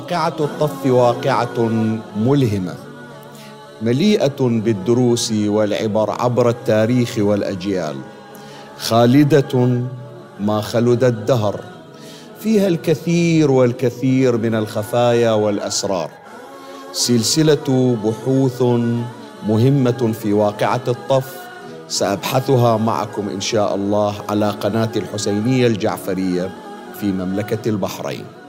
واقعة الطف واقعة ملهمة مليئة بالدروس والعبر عبر التاريخ والأجيال، خالدة ما خلد الدهر، فيها الكثير والكثير من الخفايا والأسرار، سلسلة بحوث مهمة في واقعة الطف سأبحثها معكم إن شاء الله على قناة الحسينية الجعفرية في مملكة البحرين.